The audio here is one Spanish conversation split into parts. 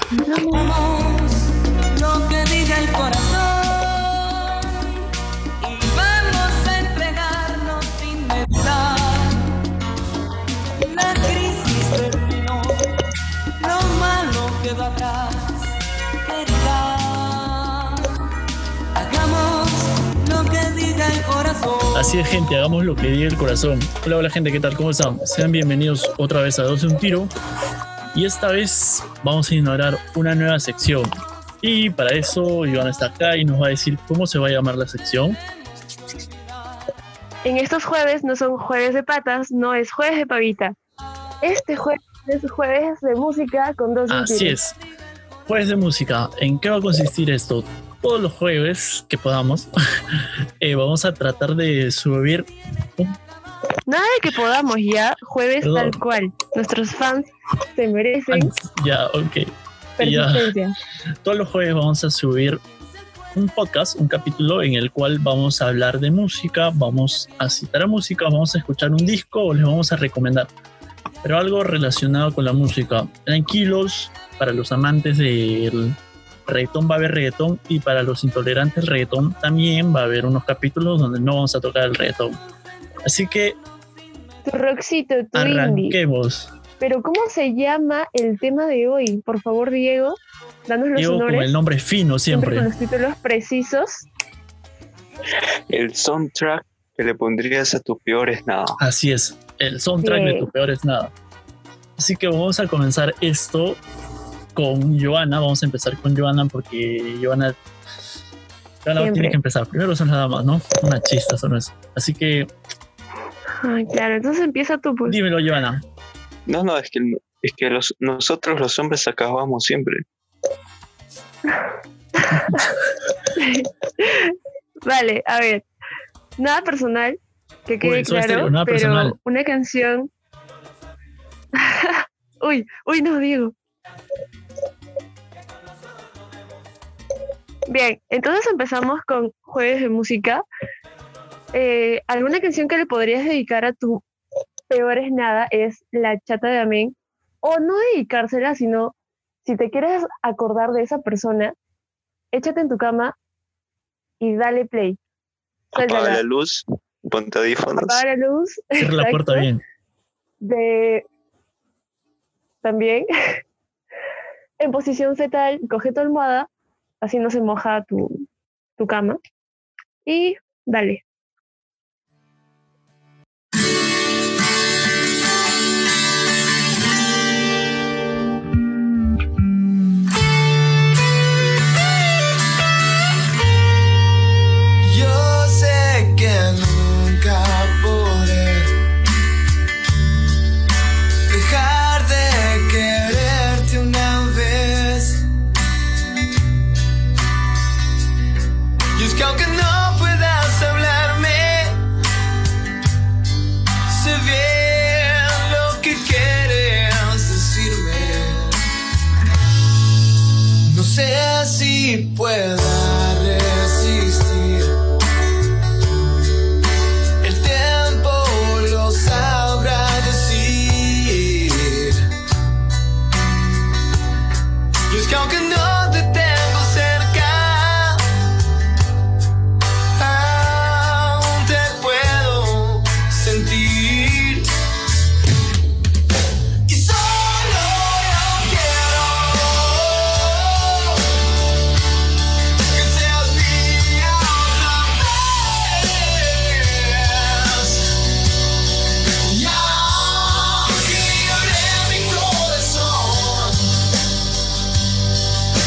Hagamos lo que diga el corazón y vamos a entregarnos sin meditar. La crisis terminó, lo malo quedó atrás, querida. Hagamos lo que diga el corazón. Así es, gente, hagamos lo que diga el corazón. Hola gente, ¿qué tal? ¿Cómo están? Sean bienvenidos otra vez a Dos de un Tiro. Y esta vez vamos a inaugurar una nueva sección. Y para eso Iván está acá y nos va a decir cómo se va a llamar la sección. En estos jueves no son jueves de patas, no es jueves de pavita. Este jueves es jueves de música con Dos de un Tiro. Así es, jueves de música. ¿En qué va a consistir esto? Todos los jueves que podamos vamos a tratar de subir Nada de que podamos ya, jueves tal cual. Nuestros fans se merecen ya, ok. persistencia. Todos los jueves vamos a subir un podcast, un capítulo en el cual vamos a hablar de música, vamos a citar a música, vamos a escuchar un disco o les vamos a recomendar. Pero algo relacionado con la música. Tranquilos, para los amantes del reggaetón va a haber reggaetón y para los intolerantes al reggaetón también va a haber unos capítulos donde no vamos a tocar el reggaetón. Así que Tu rockcito, tu indie. arranquemos. Pero ¿cómo se llama el tema de hoy? Por favor, Diego, danos los Diego con honores. el nombre fino Siempre con siempre. los títulos precisos. El soundtrack que le pondrías a tus peores nada. Así es, el soundtrack Bien. de Tu Peor es Nada. Así que vamos a comenzar esto con Joana. Vamos a empezar con Joana porque Joana Siempre. tiene que empezar. Primero son las damas, ¿no? Una chista son eso. Así que Ay, claro, entonces empieza tú, pues. dímelo, Joana. No, es que nosotros los hombres acabamos siempre. Vale, a ver. Nada personal, que quede Uy, Soda claro, Stereo, nada pero personal. una canción... uy, no, Diego. Bien, entonces empezamos con jueves de música. ¿Alguna canción que le podrías dedicar a tu peor es nada? Es La Chata de Amén. O no dedicársela, sino si te quieres acordar de esa persona, échate en tu cama y dale play. Apaga Suéltala. la luz, ponte audífonos. Apaga la luz. Cierra la puerta exacto, bien. También en posición fetal, coge tu almohada, así no se moja tu cama, y dale. Yo sé que nunca podré dejar de quererte una vez. Y es que aunque no puedas hablarme, sé bien lo que quieres decirme. No sé si pueda resistir. El tiempo lo sabrá decir. Y es que aunque no te tengo cerca, aún te puedo sentir. Y solo yo quiero que seas mía otra vez. Y aunque llore mi corazón,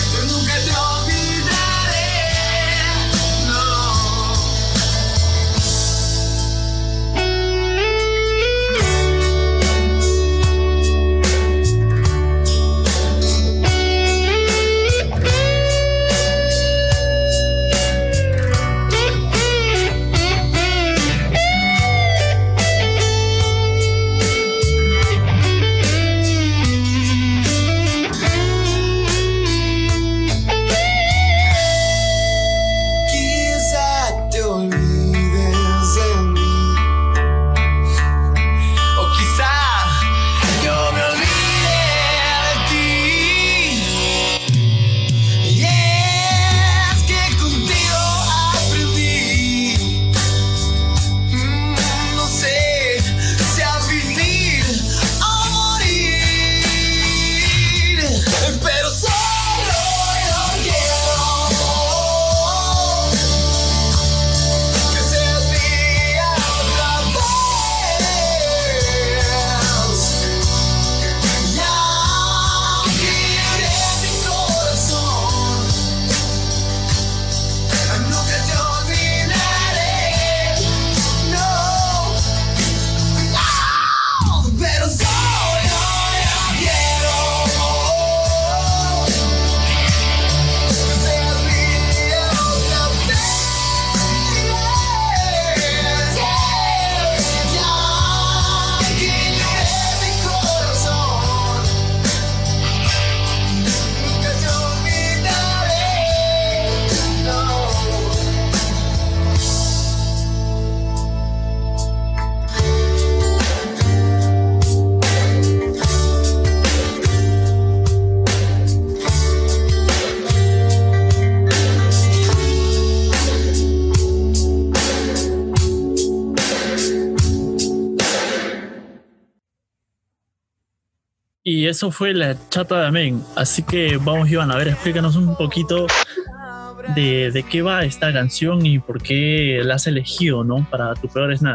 eso fue La Chata de Amén. Así que vamos, Iván, a ver, explícanos un poquito de qué va esta canción y por qué la has elegido, ¿no? Para Tu Peor es Nada.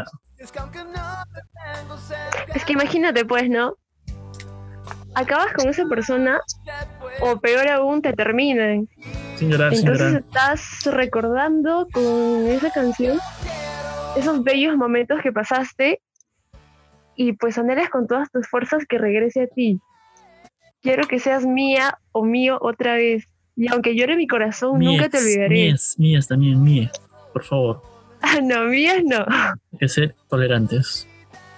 Es que imagínate, pues, ¿no? Acabas con esa persona o peor aún te terminan. Sin llorar, sin Entonces llorar. estás recordando con esa canción esos bellos momentos que pasaste y pues anhelas con todas tus fuerzas que regrese a ti. Quiero que seas mía o mío otra vez. Y aunque llore mi corazón, nunca te olvidaré. Mías también, mías. Por favor, Ah, no, mías no. hay que ser tolerantes.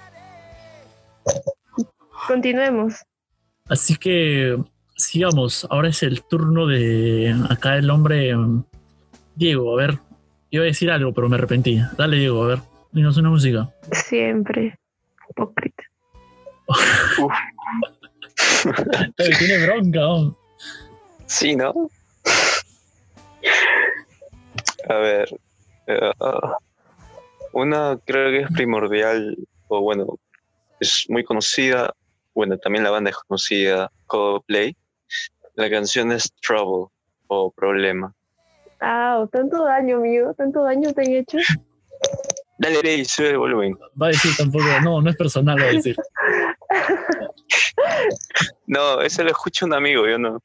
Continuemos. Así que sigamos. Ahora es el turno de acá el hombre Diego. A ver, iba a decir algo, pero me arrepentí. Dale, Diego, a ver. Dinos una música. Siempre. Hipócrita. Uf, Tiene bronca, ¿no? sí, ¿no? A ver, una creo que es primordial, o bueno, es muy conocida, bueno, también la banda es conocida, Coldplay. La canción es Trouble, o Problema. Ah, tanto daño, amigo. Tanto daño te han hecho. Dale, Rey, sube el volumen. Va a decir tampoco, no es personal, va a decir. No, eso lo escucha un amigo, yo no.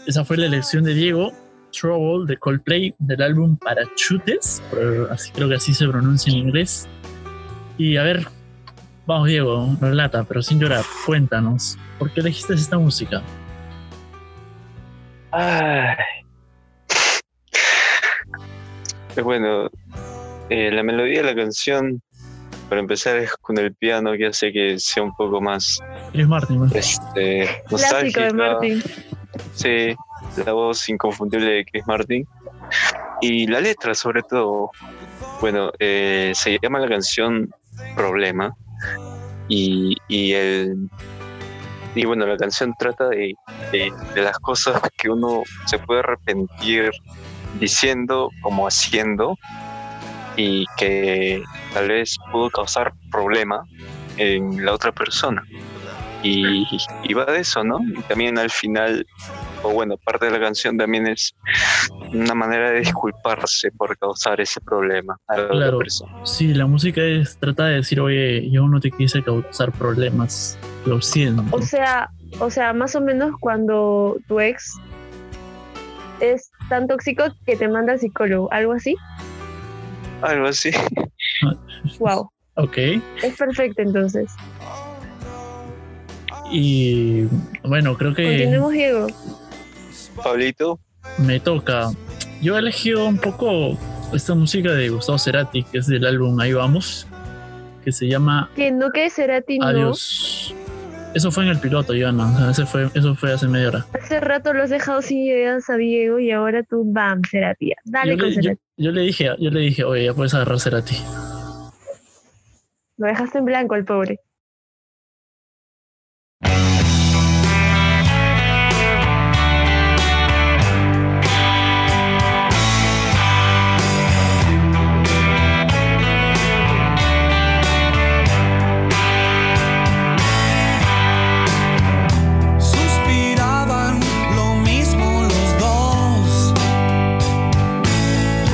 esa fue la elección de Diego. Trouble de Coldplay del álbum Parachutes, así creo que así se pronuncia en inglés. Y a ver, vamos Diego, relata, pero sin llorar, cuéntanos, ¿por qué elegiste esta música? Ay. Bueno, la melodía de la canción, para empezar, es con el piano, que hace que sea un poco más Chris Martin, ¿no? Clásico de nostálgica. Martin. Sí, la voz inconfundible de Chris Martin. Y la letra, sobre todo. Bueno, se llama la canción Problema. Y bueno, la canción trata de las cosas que uno se puede arrepentir diciendo como haciendo, y que tal vez pudo causar problema en la otra persona. Y va de eso, ¿no? Y también al final, o bueno, parte de la canción también es una manera de disculparse por causar ese problema a la otra persona. Sí, la música trata de decir, oye, yo no te quise causar problemas, lo siento. O sea, más o menos cuando tu ex es tan tóxico que te manda al psicólogo, ¿algo así? Algo así. Wow. Ok. Es perfecto, entonces. Y bueno, creo que Continuemos, Diego. Pablito. me toca. Yo he elegido un poco esta música de Gustavo Cerati, que es del álbum Ahí Vamos, que se llama Que no quede Cerati, no. Adiós. Eso fue en el piloto, Joana. Eso fue hace media hora. Hace rato lo has dejado sin ideas a Diego y ahora tú, bam, Cerati. Dale con Cerati. Yo le dije, oye, ya puedes agarrar Cerati. Lo dejaste en blanco al pobre. Suspiraban lo mismo los dos,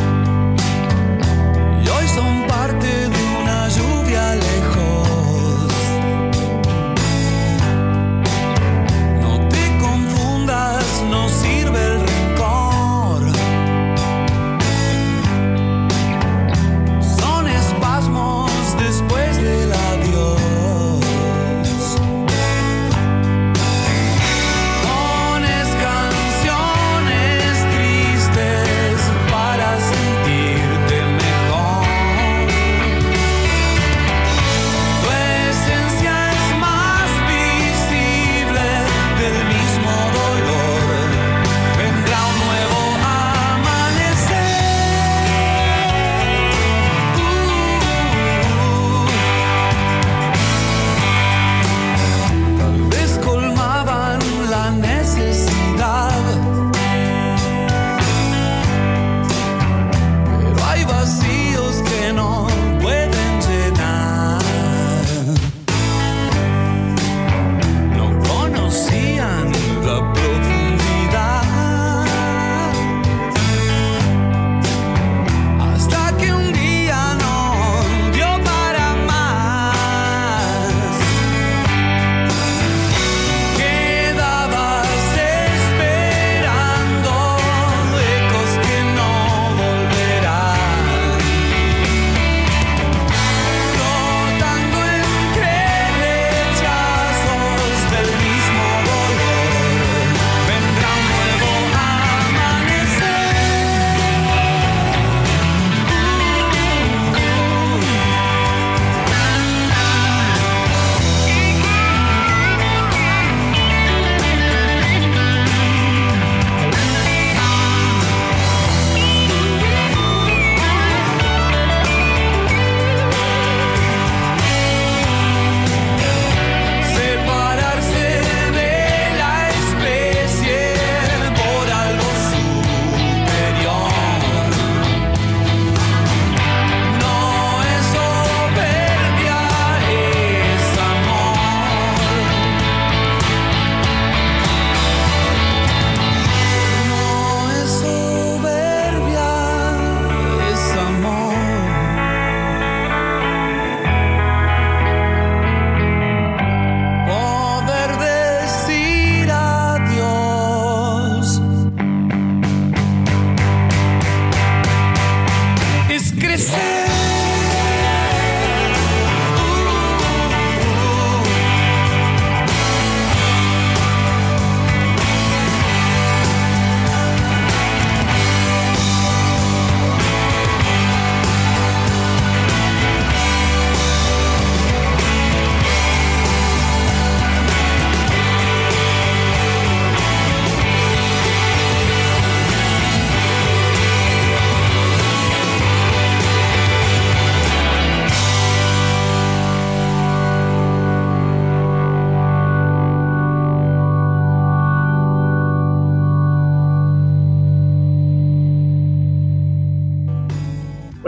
y hoy son parte de una lluvia lejos.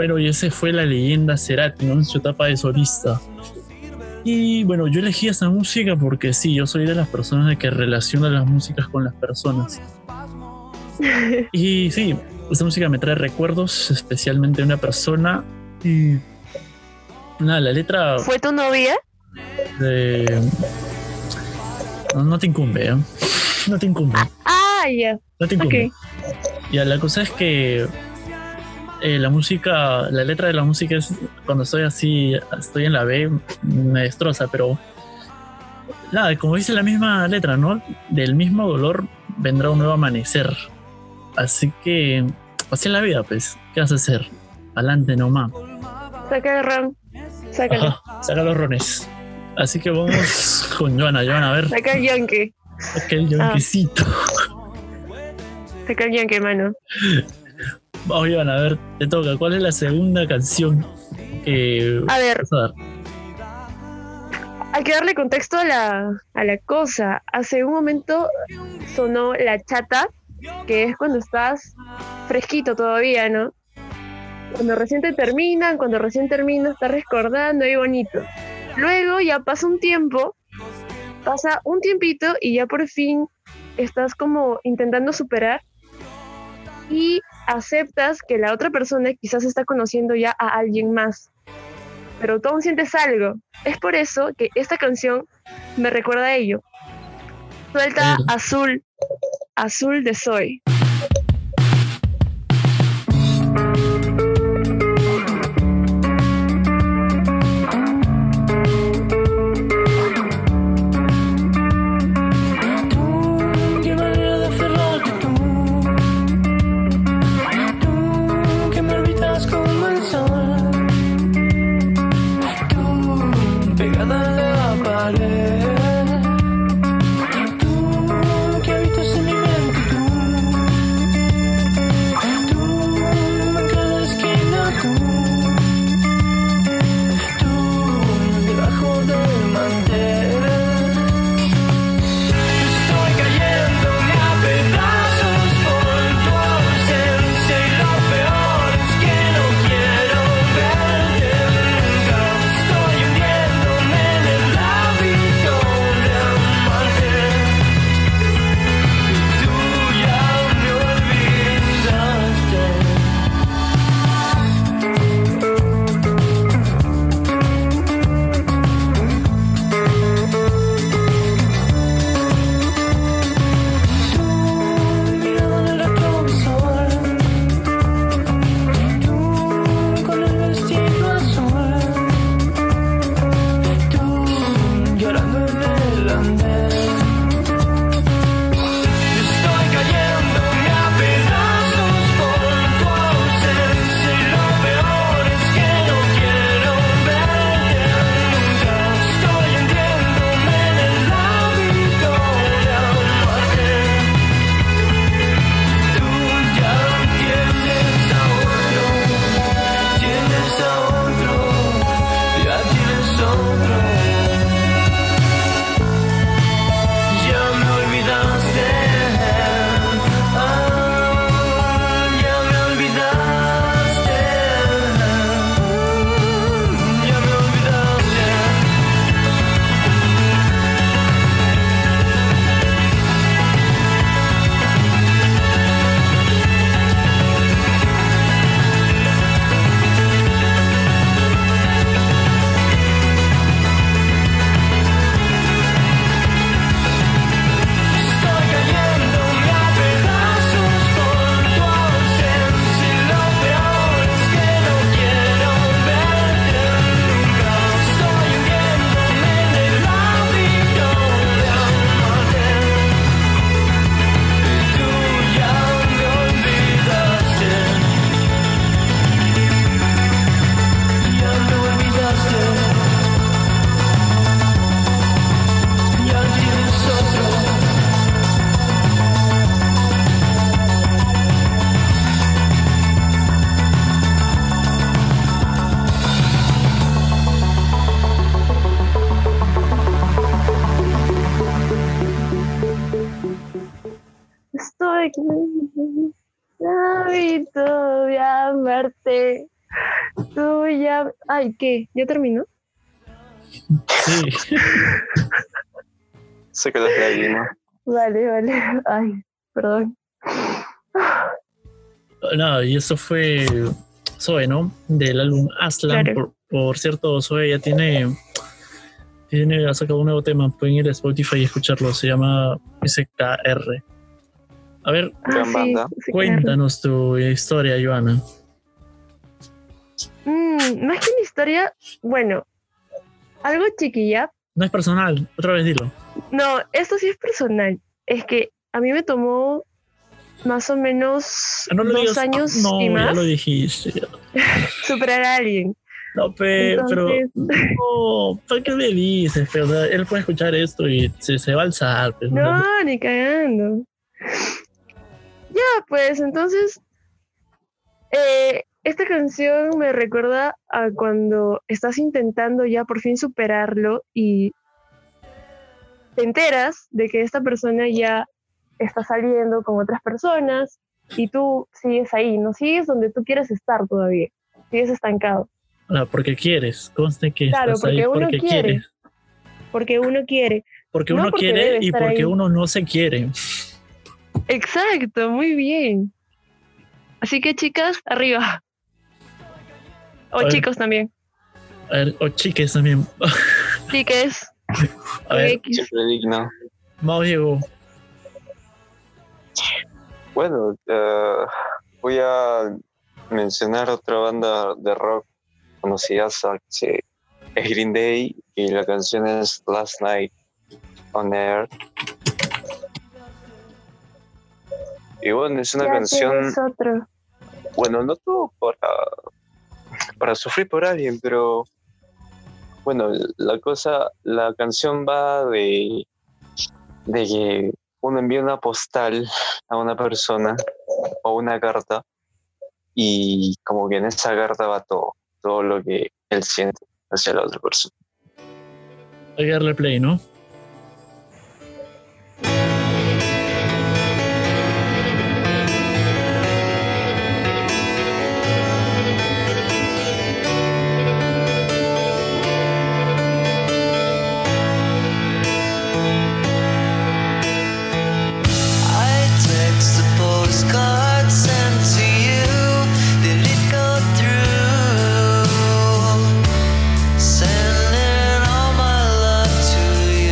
Bueno, y ese fue la leyenda Cerati, ¿no? En su etapa de solista. Y bueno, yo elegí esa música porque sí, yo soy de las personas de que relaciona las músicas con las personas. Y sí, esta música me trae recuerdos, especialmente de una persona. Y nada, la letra ¿Fue tu novia? de... No te incumbe, ¿eh? No te incumbe. Ah, ya. No te incumbe. Ok. Ya, la cosa es que la música, la letra de la música es cuando estoy así, estoy en la B, me destroza, pero nada, como dice la misma letra, ¿no? Del mismo dolor vendrá un nuevo amanecer. Así que, así en la vida, pues, ¿qué vas a hacer? Adelante nomás. Saca el ron. Sácalo. Ajá, saca los rones. Así que vamos con Joana. Joana, a ver, Saca el yonke. aquel yonquecito. Saca el yonke, mano. Vamos, Joana, a ver, te toca. ¿Cuál es la segunda canción que A ver, vas a dar? hay que darle contexto a la cosa. Hace un momento sonó la chata, que es cuando estás fresquito todavía, ¿no? Cuando recién te terminan, cuando recién terminas, estás recordando ahí bonito. Luego ya pasa un tiempo, pasa un tiempito y ya por fin estás como intentando superar y aceptas que la otra persona quizás está conociendo ya a alguien más, pero tú aún sientes algo. Es por eso que esta canción me recuerda a ello. Suelta Azul, Azul de Zoe. Qué manera de aferrarte tú, que me orbitas como el sol, tú pegada a la pared, tú que habitas en mi mente, tú en cada esquina, tú debajo del mantel. Estoy cayéndome a pedazos por tu ausencia y lo peor es que no quiero verte nunca. Estoy hundiéndome en el hábito de amarte y tú ya me olvidaste. Mirando en el retrovisor, tú con el vestido azul, tú llorando en el andén. Estoy cayéndome a pedazos por tu ausencia y lo peor es que no quiero verte nunca. Estoy hundiéndome en el hábito de amarte. Tú ya tienes a otro, ya tienes otro. Ya me olvidaste, ya me olvidaste, ya me olvidaste. Estoy cayéndome a pedazos por tu ausencia y lo peor es que no quiero verte nunca. Estoy hundiéndome en el hábito de amarte y tú ya me olvidaste. Ya me olvidaste. Ya tienes otro. Estoy con el hábito de amarte. Tú ya... Ay, ¿qué? ¿Ya terminó? Sí. Sé que las lágrimas. Vale. Ay, perdón. Nada, y eso fue Zoe, ¿no? Del álbum Aslan. Claro. Por cierto, Zoe ya ha sacado un nuevo tema. Pueden ir a Spotify y escucharlo. Se llama SKR. A ver, Gran banda. sí, cuéntanos tu historia, Joana. Más que una historia, bueno, algo chiquilla. No es personal, otra vez dilo. No, esto sí es personal. Es que a mí me tomó más o menos No lo 2 digas. años No, y ya más lo dijiste. superar a alguien. No, pero Entonces- no, ¿para qué me dices? Pero, o sea, él puede escuchar esto y se va a alzar. Pues, No, ni cagando. Ya, pues entonces, esta canción me recuerda a cuando estás intentando ya por fin superarlo y te enteras de que esta persona ya está saliendo con otras personas y tú sigues ahí, no sigues donde tú quieres estar todavía, sigues estancado, Ah, porque quieres, conste que Claro, estás ahí porque uno porque quiere. quieres. porque uno quiere. Porque No uno porque quiere debe y estar porque ahí. uno no se quiere. Exacto, muy bien. Así que chicas, arriba. O A ver. chicos también. A ver, o chiques también. Chiques. A ver, X. Siempre digno. Mau Diego. Bueno, voy a mencionar otra banda de rock conocida, que es Green Day, y la canción es Last Night on Air. Y bueno, es una Ya canción, tienes otro. bueno, no todo para sufrir por alguien, pero bueno, la canción va de que uno envía una postal a una persona o una carta y como que en esa carta va todo lo que él siente hacia la otra persona. Hay que darle play, ¿no? I text the postcard sent to you. Did it go through? Sending all my love to you.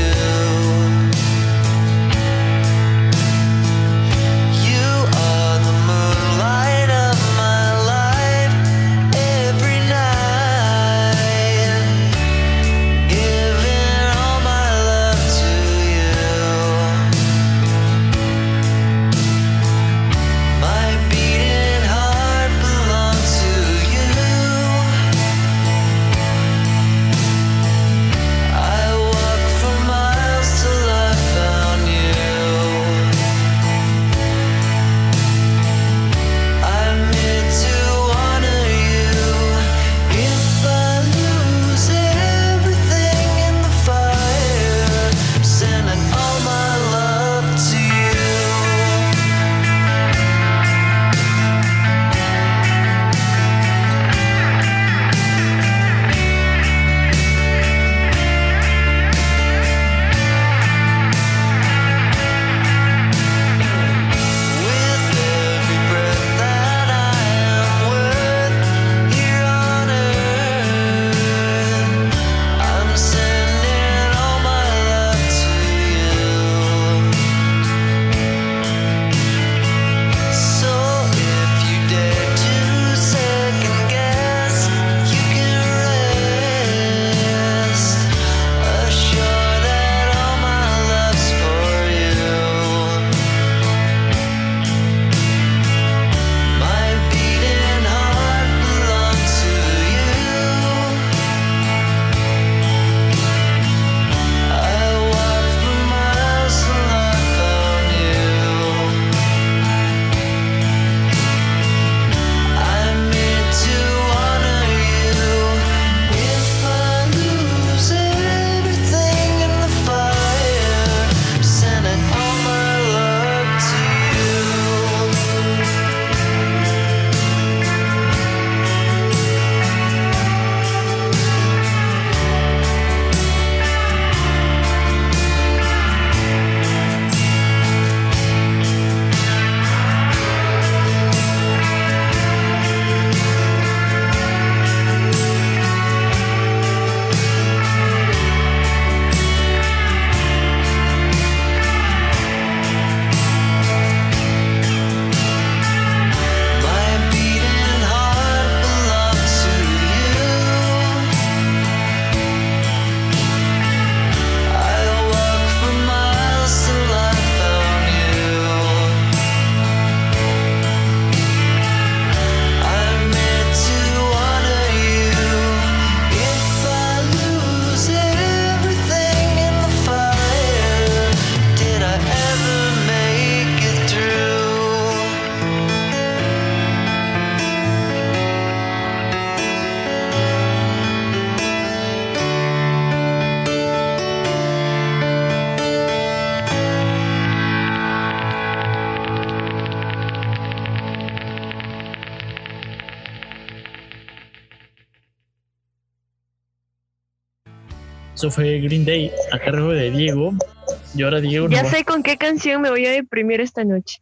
Eso fue Green Day a cargo de Diego. Y ahora Diego Ya nos va- sé con qué canción me voy a deprimir esta noche.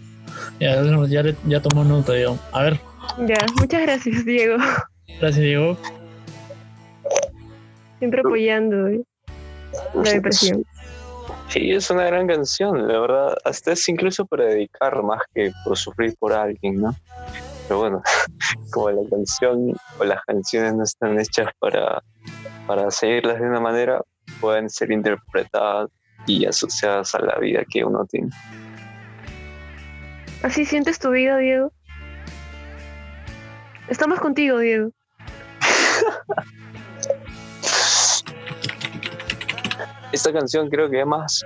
ya tomó nota, Diego. A ver, Ya, muchas gracias, Diego. gracias, Diego. Siempre apoyando la depresión. Sí, es una gran canción, la verdad. Hasta es incluso para dedicar más que por sufrir por alguien, ¿no? Pero bueno, como la canción o las canciones no están hechas para seguirlas de una manera, pueden ser interpretadas y asociadas a la vida que uno tiene. ¿Así sientes tu vida, Diego? Estamos contigo, Diego. Esta canción creo que es más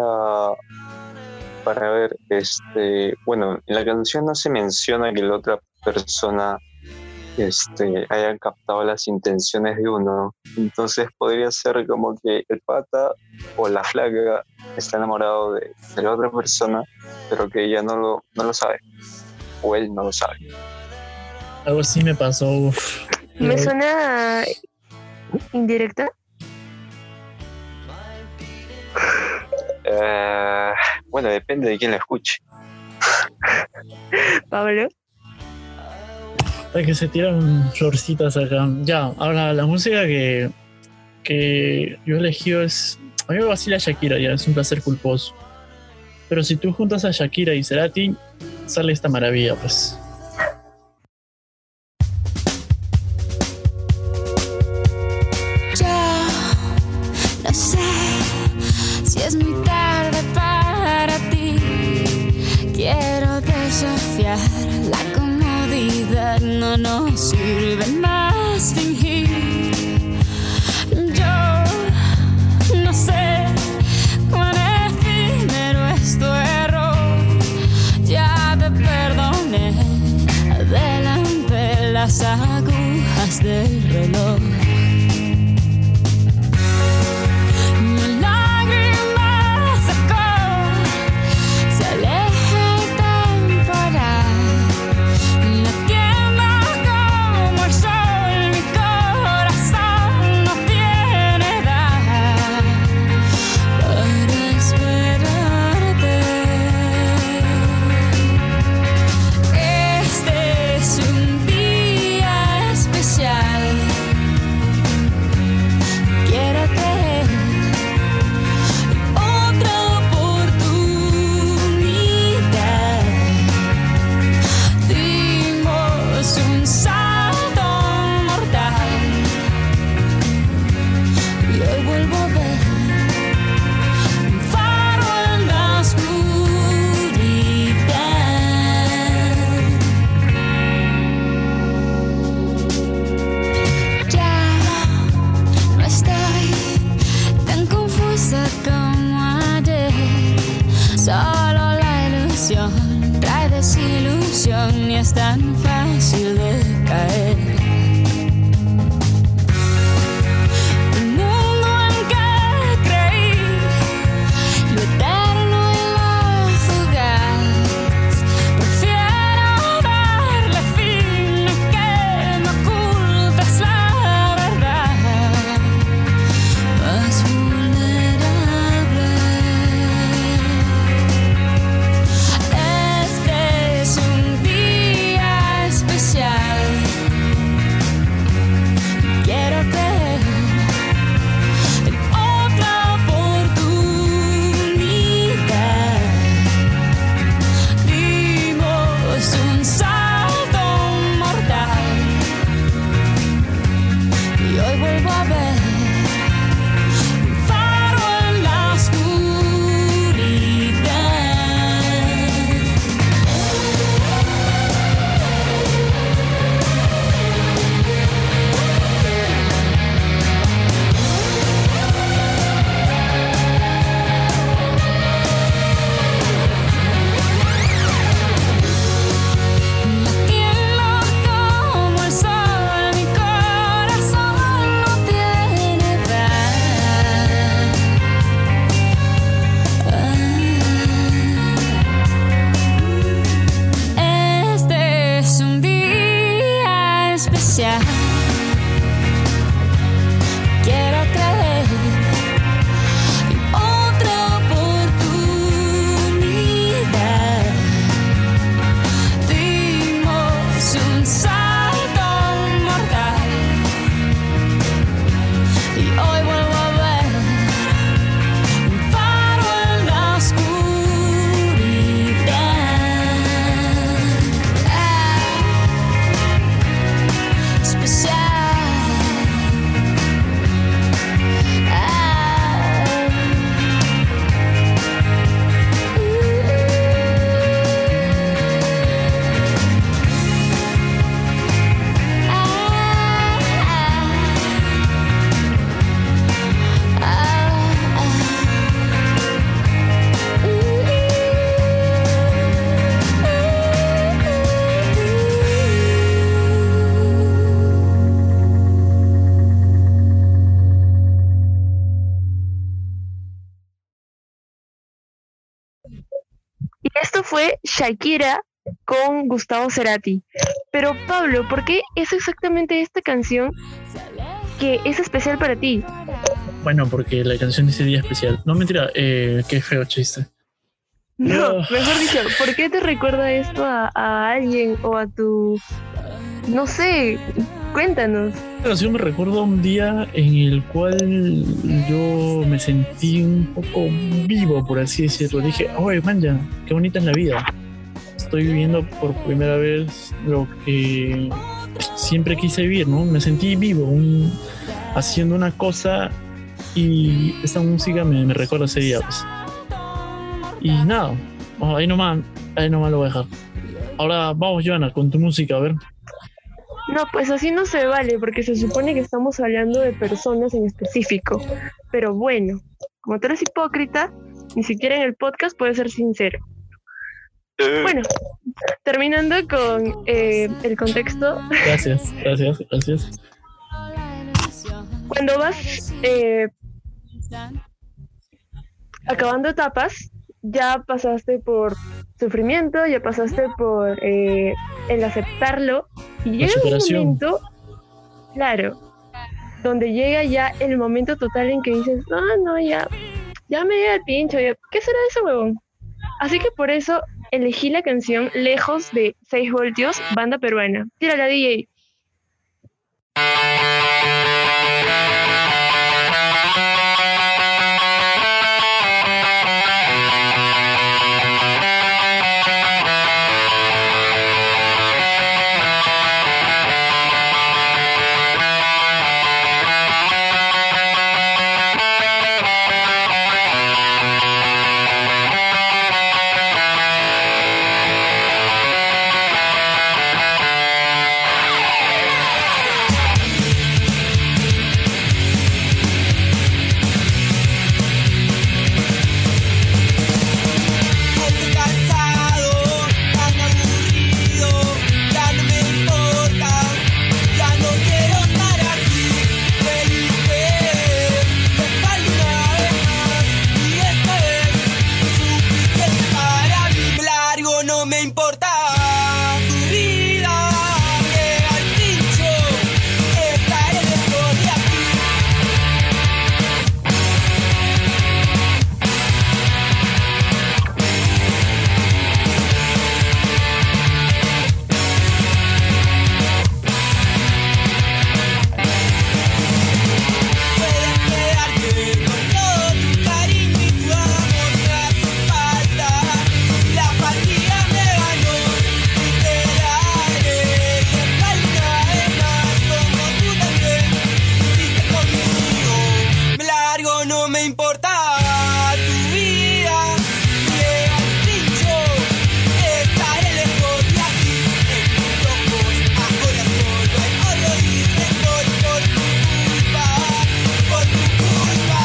para ver, bueno, en la canción no se menciona que la otra persona haya captado las intenciones de uno, entonces podría ser como que el pata o la flaca está enamorado de la otra persona, pero que ella no lo sabe, o él no lo sabe. Algo así me pasó. Uf. ¿Me suena indirecta? Bueno, depende de quién la escuche. Pablo. Para que se tiran florcitas acá. Ya, ahora la música que yo he elegido es. A mí me vacila Shakira, ya es un placer culposo. Pero si tú juntas a Shakira y Cerati, sale esta maravilla, pues. Yo no sé si es muy tarde para ti. Quiero desafiar la comodidad. No nos sirve más fingir. Yo no sé cuán efímero es tu error. Ya te perdoné. Adelante las agujas del reloj. Trae desilusión y es tan fácil de caer. El mundo en que creí, lo eterno y lo fugaz. Prefiero darle fin a que me ocultes la verdad. Más vulnerable. Este es un día Esto fue Shakira con Gustavo Cerati. Pero Pablo, ¿por qué es exactamente esta canción que es especial para ti? Bueno, porque la canción dice día especial. No, mentira, qué feo chiste. No, No. mejor dicho, ¿por qué te recuerda esto a alguien o a tu... No sé, cuéntanos. Esta canción me recuerda un día en el cual yo me sentí un poco vivo, por así decirlo. Dije, oye, manja, qué bonita es la vida. Estoy viviendo por primera vez lo que siempre quise vivir, ¿no? Me sentí vivo, haciendo una cosa, y esta música me recuerda ese día, pues. Y nada, ahí nomás lo voy a dejar. Ahora vamos, Joana, con tu música, a ver. No, pues así no se vale, porque se supone que estamos hablando de personas en específico. Pero bueno, como tú eres hipócrita, ni siquiera en el podcast puedes ser sincero. Bueno, terminando con el contexto, Gracias. cuando vas acabando etapas, ya pasaste por sufrimiento, ya pasaste por el aceptarlo, y llega un superación. momento, claro, donde llega ya el momento total en que dices, no, ya me llega el pincho, ya, ¿qué será de ese huevón? Así que por eso elegí la canción Lejos de 6 voltios, banda peruana. Tírala, DJ. Estoy cansado, tan aburrido, ya no me importa, ya no quiero estar aquí. Felipe, dejarlo una vez más, y esta vez suficiente para mí. Largo no me importa tu vida, llega al pincho, estaré lejos de aquí. Puedes quedarte con todo tu cariño y tu amor, me hace falta. La partida me ganó y te daré. Dejarlo una vez más como tú también hiciste conmigo. Me largo, no me importa tu vida, llega al pincho, estaré lejos de aquí. En tus ojos ahora solo hay odio y rencor por tu culpa, por tu culpa.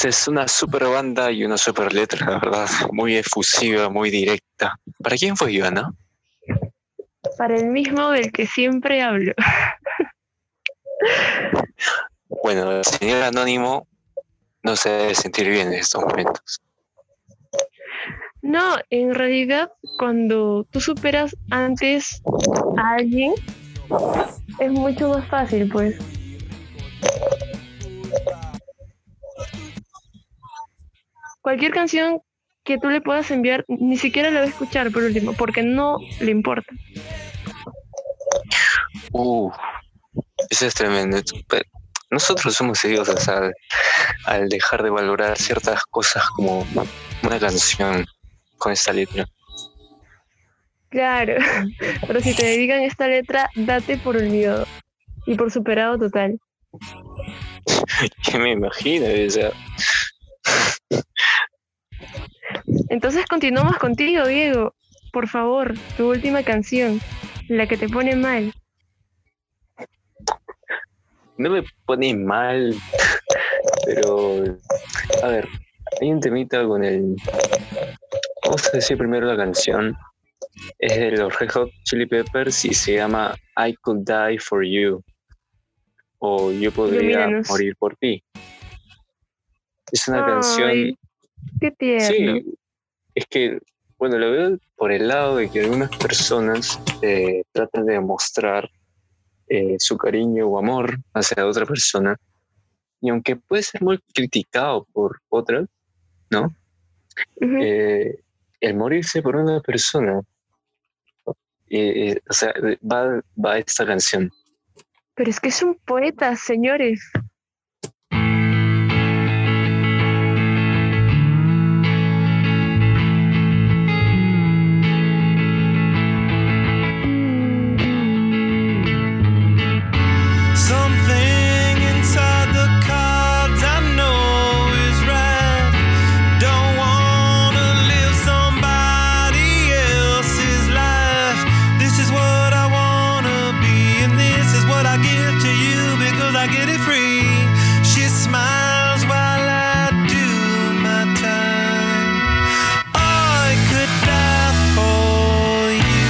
Es una super banda y una super letra, la verdad. Muy efusiva, muy directa. ¿Para quién fue Ivana? Para el mismo del que siempre hablo. Bueno, el señor Anónimo no se debe sentir bien en estos momentos. No, en realidad, cuando tú superas antes a alguien, es mucho más fácil, pues. Cualquier canción que tú le puedas enviar, ni siquiera la va a escuchar por último, porque no le importa. Eso es tremendo. Pero nosotros somos idiotas al dejar de valorar ciertas cosas como una canción con esta letra. Claro, pero si te dedican esta letra, date por olvidado y por superado total. ¿Qué me imagino? O sea, Entonces continuamos contigo, Diego. Por favor, tu última canción, la que te pone mal. no me pone mal, pero a ver, hay un temita con el... Vamos a decir primero la canción. Es de los Red Hot Chili Peppers y se llama I Could Die For You. O Yo Podría Ilumínanos. Morir Por Ti. Es una Ay, canción... Qué tierno. Sí, es que, bueno, lo veo por el lado de que algunas personas tratan de demostrar su cariño o amor hacia otra persona. Y aunque puede ser muy criticado por otras, ¿no? Ujú. El morirse por una persona, o sea, va esta canción. Pero es que es un poeta, señores. Something inside the cards I know is right. Don't wanna live somebody else's life. This is what I wanna be, and this is what I give to you because I get it free. She smiles while I do my time. I could die for you.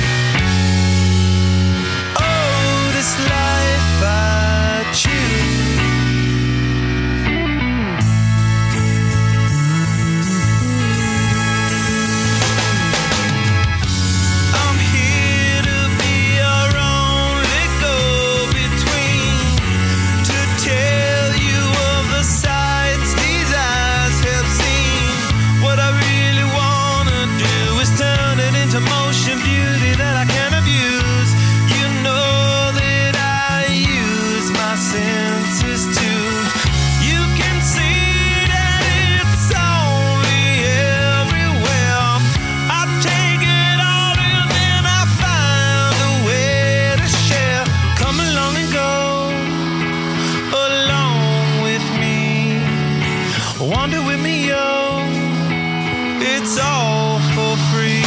Oh, this life I choose. I'm here to be your only go-between, to tell you of the sights these eyes have seen. What I really wanna do is turn it into motion, beauty that I can abuse. You know that I use my senses too. You can see that it's only everywhere. I take it all and then I find a way to share. Come along and go along with me. Wander with me, yo. It's all for free.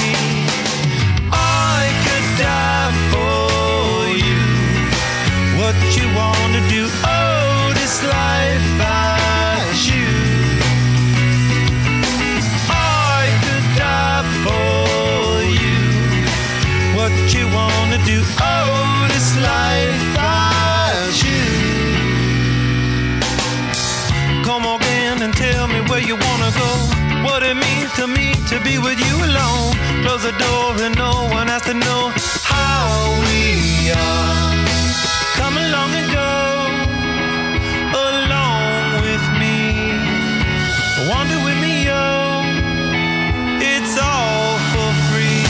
I could die for you. What you wanna do? Oh, this life I choose. I could die for you. What you wanna do? Oh, this life I choose. Come again and tell me where you wanna go. What it means to me to be with you alone. Close the door and no one has to know how we are. Come along and go along with me. Wander with me, yo. It's all for free.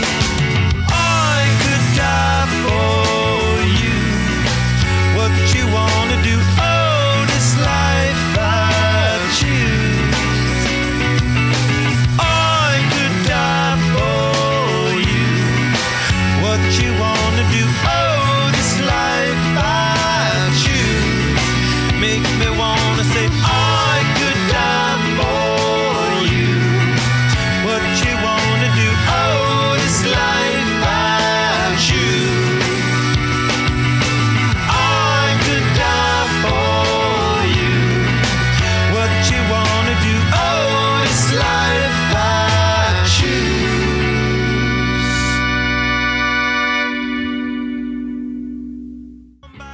I could die for you. What you wanna do? Oh, this life I choose. I could die for you.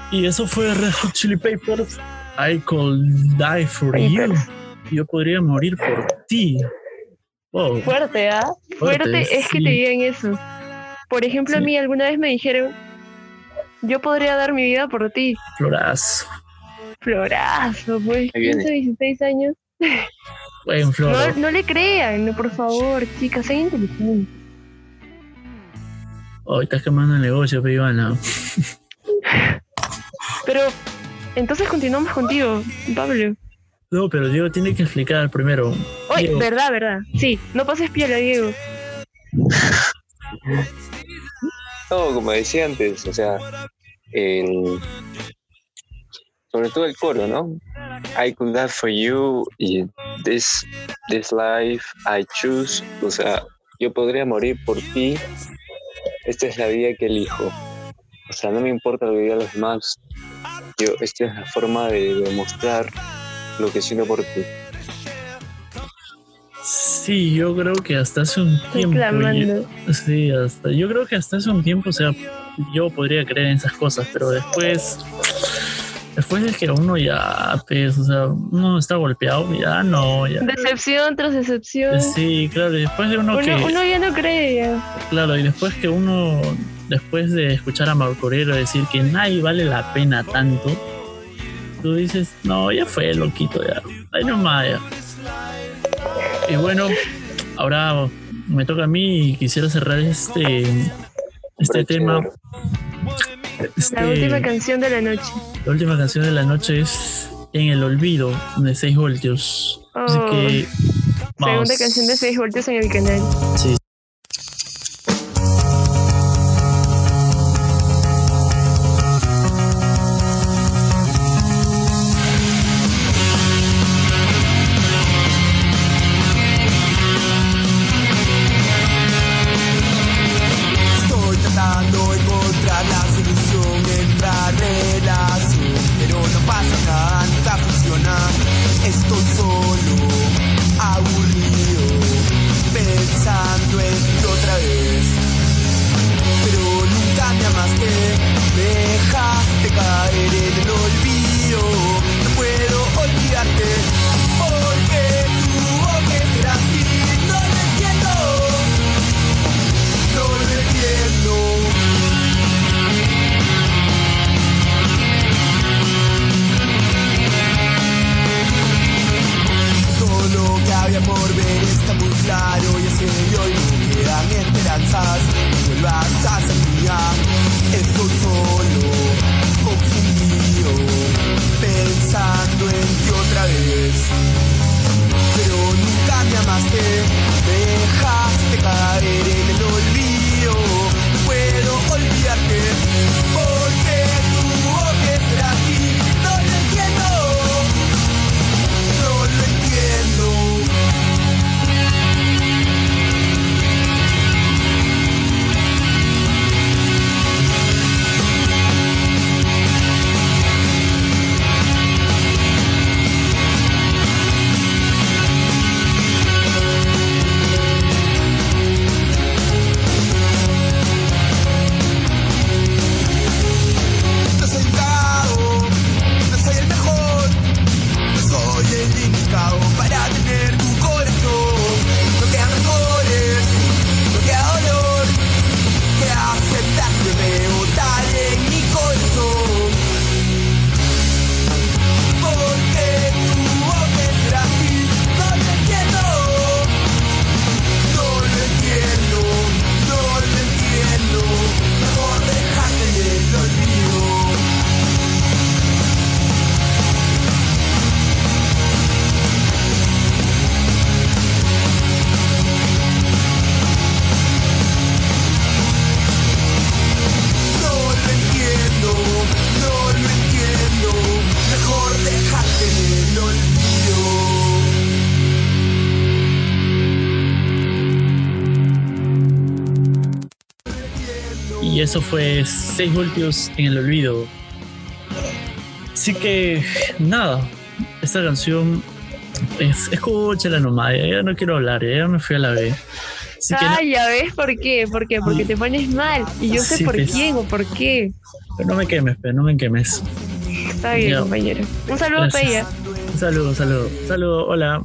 Y eso fue Red Hot Chili Peppers. I could die for you. Papers. Yo podría morir por ti. Wow. Fuerte, ¿ah? Fuerte es que sí. te digan eso. Por ejemplo, a Sí. mí alguna vez me dijeron, yo podría dar mi vida por ti. Florazo. Florazo, pues, Ahí viene. 15, 16 años. Buen flor. No le crean, no, por favor, chicas, sean inteligentes. Oh, estás quemando el negocio, pe, Ivana. Pero, entonces continuamos contigo, Pablo. No, pero Diego tiene que explicar primero. Oye, Diego, verdad. Sí, no pases piola, Diego. No, como decía antes, o sea, sobre todo el coro, ¿no? I could die for you y this life I choose, o sea, yo podría morir por ti, esta es la vida que elijo. O sea, no me importa lo que digan los demás, esta es la forma de demostrar lo que siento por ti. sí, yo creo que hasta hace un tiempo. Reclamando. Yo creo que hasta hace un tiempo, o sea, yo podría creer en esas cosas, pero después de que uno ya, pues, o sea, uno está golpeado, ya no, ya. Decepción tras decepción. Sí, claro, y después de uno Uno ya no cree. Ya. claro, y después que uno, después de escuchar a Marcorero decir que nadie vale la pena tanto, tú dices, no, ya fue, loquito, ya, ahí nomás, ya. Y bueno, ahora me toca a mí y quisiera cerrar este Broche tema. de oro. La última canción de la noche. La última canción de la noche es En el olvido, de 6 voltios. Así Oh, que vamos. Segunda canción de 6 voltios en el canal. Sí. Estoy tratando de encontrar la solución en la relación, pero no pasa nada, nunca funciona. Estoy solo, aburrido, pensando en ti otra vez. Pero nunca me amaste, me dejaste caer en el olvido. No puedo olvidarte, porque tuvo que ser así. No lo entiendo. No lo entiendo. Todo lo que había por ver está muy claro y es que hoy no quedan esperanzas. No vuelvas a ser mía. Estoy solo, confundido, pensando en ti otra vez. Pero nunca me amaste, me dejaste caer en el olvido. No puedo olvidarte, porque tuvo que ser así. No lo entiendo, no lo entiendo. No soy un cabo, no soy el mejor, no soy el indicado para tener tu corazón. No quedan rencores, no queda dolor, que aceptar que me botar en mi corazón. Porque tuvo que ser así, no lo entiendo. No lo entiendo, no lo entiendo. Mejor dejarte en el olvido. No lo entiendo, no lo entiendo. Mejor dejarte en el olvido. Y eso fue 6 voltios en el olvido. Así que nada, esta canción escúchala nomás, ya no quiero hablar, ya me fui a la B. Así que Ya ves por qué, porque te pones mal y yo sé Sí, por pues. quién o por qué. no me quemes, no me quemes. Está bien, Ya. compañero. Un saludo, Gracias. Peya, Un saludo, hola.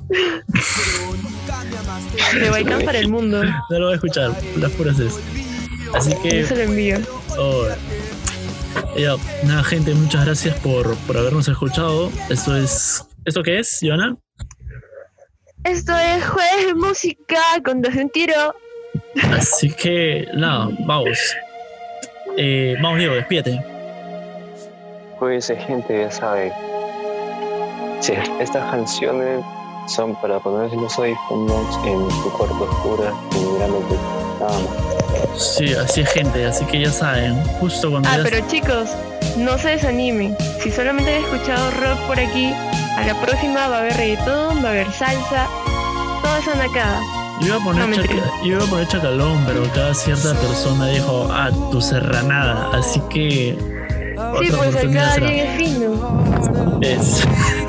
de Baitán para el mundo. No lo voy a escuchar, las puras es. Así que, Yo se lo envío. oh, ya, nada, gente, muchas gracias por habernos escuchado. ¿Esto qué es, Joana? Esto es Jueves de Música con Dos de un Tiro. Así que, nada, vamos. Vamos, Diego, despídete. Pues gente, ya sabe. Sí, estas canciones son para ponerse los audífonos en tu cuarto oscuro y mirándote nada más. Sí, así es, gente, así que ya saben, justo cuando ya... Pero chicos, no se desanimen. Si solamente han escuchado rock por aquí, a la próxima va a haber reggaetón, va a haber salsa, todo eso acá. Yo iba a poner chacalón, pero cada cierta persona dijo, tu serranada, así que... Sí, otra pues oportunidad acá será. alguien es fino. Es.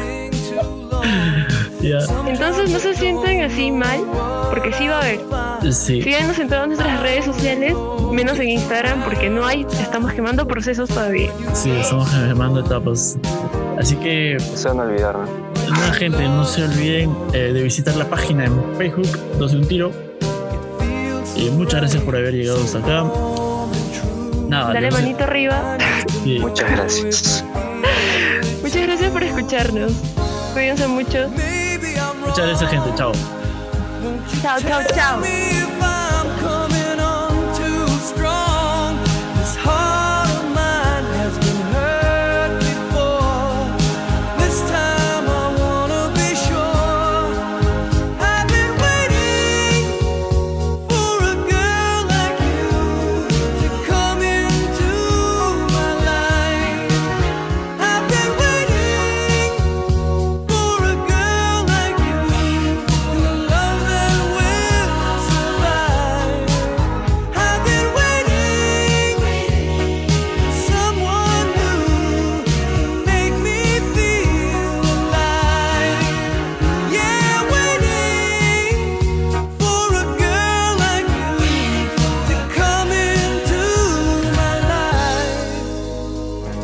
Ya, Entonces no se sientan así mal, porque sí va a haber. sí. Síganos en todas nuestras redes sociales, menos en Instagram, porque no hay, estamos quemando procesos todavía. Sí, estamos quemando etapas. Así que, No se van a olvidar, ¿no? nada, gente, no se olviden de visitar la página en Facebook, Dos de un Tiro. Y muchas gracias por haber llegado hasta acá. Nada, Dale no sé- manito arriba. sí, Muchas gracias. Muchas gracias por escucharnos. Cuídense mucho. muchas gracias, gente. Chao. Chao, chao, chao. If I'm coming on too strong, this heart of mine has been hurt before. This time I wanna be sure. I've been waiting for a girl like you to come into my life. I've been waiting for a girl like you, and a love that will survive. I've been waiting for someone new to make me feel alive. Yeah, waiting for a girl like you to come into my life.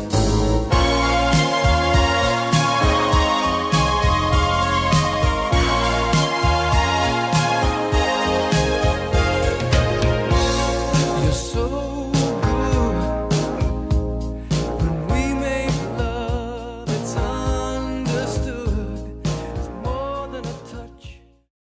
You're so